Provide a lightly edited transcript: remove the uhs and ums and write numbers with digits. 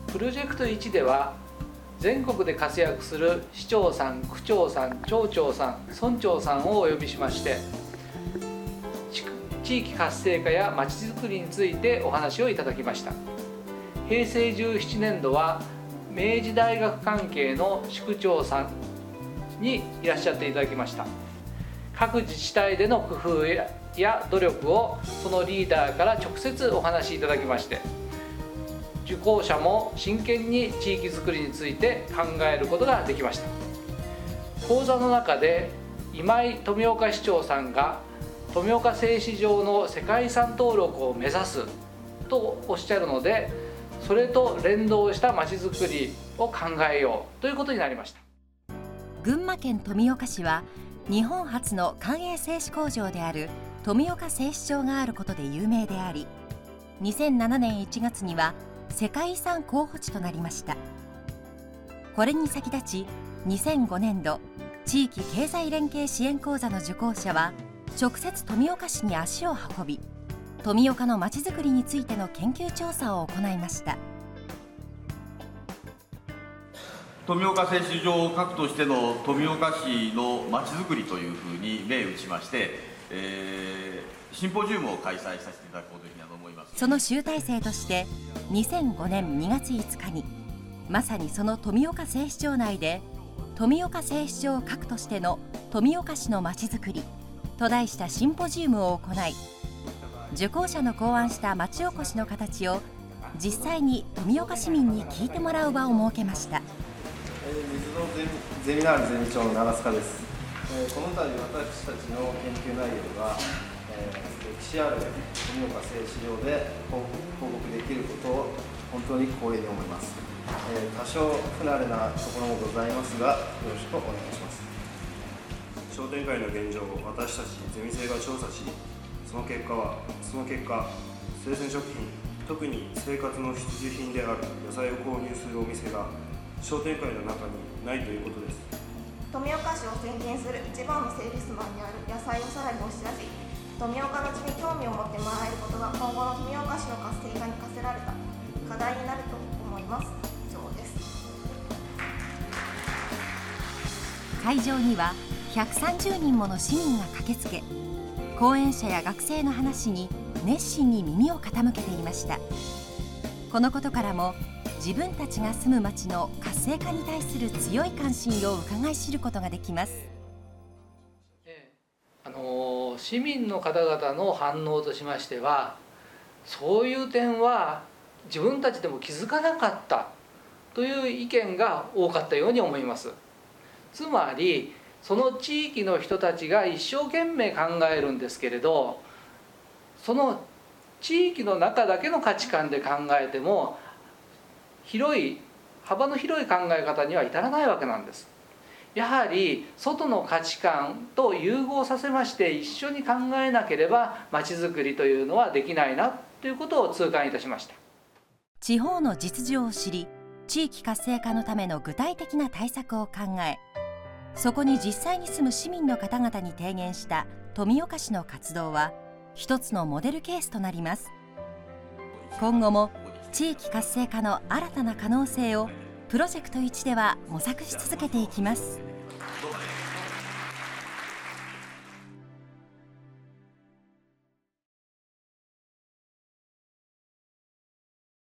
プロジェクト1では全国で活躍する市長さん、区長さん、町長さん、村長さんをお呼びしまして、地域活性化やまちづくりについてお話をいただきました。平成17年度は明治大学関係の市区長さんにいらっしゃっていただきました。各自治体での工夫や努力をそのリーダーから直接お話しいただきまして、受講者も真剣に地域づくりについて考えることができました。講座の中で今井富岡市長さんが富岡製糸場の世界遺産登録を目指すとおっしゃるので、それと連動したまちづくりを考えようということになりました。 群馬県富岡市は日本初の官営製糸工場である富岡製糸場があることで有名であり、2007年1月には世界遺産候補地となりました。これに先立ち2005年度地域経済連携支援講座の受講者は直接富岡市に足を運び、富岡のまちづくりについての研究調査を行いました。 富岡製糸場核としての富岡市のまちづくりというふうに銘打ちまして、シンポジウムを開催させていただこうというふうに思います。 その集大成として2005年2月5日にまさにその富岡製糸場内で富岡製糸場核としての富岡市のまちづくりと題したシンポジウムを行い、受講者の考案したまちおこしの形を実際に富岡市民に聞いてもらう場を設けました。 水のゼミナールゼミ長の長塚です。この度私たちの研究内容が歴史ある富岡製糸場で報告できることを本当に光栄に思います。多少不慣れなところもございますが、よろしくお願いします。 商店街の現状を私たちゼミ生が調査し、その結果生鮮食品、特に生活の必需品である野菜を購入するお店が商店街の中にないということです。 富岡市を宣伝する一番のセールスマンである野菜をさらに押し出し、富岡の地に興味を持ってもらえることが今後の富岡市の活性化に課せられた課題になると思います。以上です。 会場には130人もの市民が駆けつけ、講演者や学生の話に熱心に耳を傾けていました。このことからも自分たちが住む町の活性化に対する強い関心を伺い知ることができます。 市民の方々の反応としましては、そういう点は自分たちでも気づかなかったという意見が多かったように思います。つまりその地域の人たちが一生懸命考えるんですけれど、その地域の中だけの価値観で考えても幅の広い考え方には至らないわけなんです。やはり外の価値観と融合させまして一緒に考えなければまちづくりというのはできないなということを痛感いたしました。 地方の実情を知り、地域活性化のための具体的な対策を考え、そこに実際に住む市民の方々に提言した富岡市の活動は一つのモデルケースとなります。今後も地域活性化の新たな可能性をプロジェクト1では模索し続けていきます。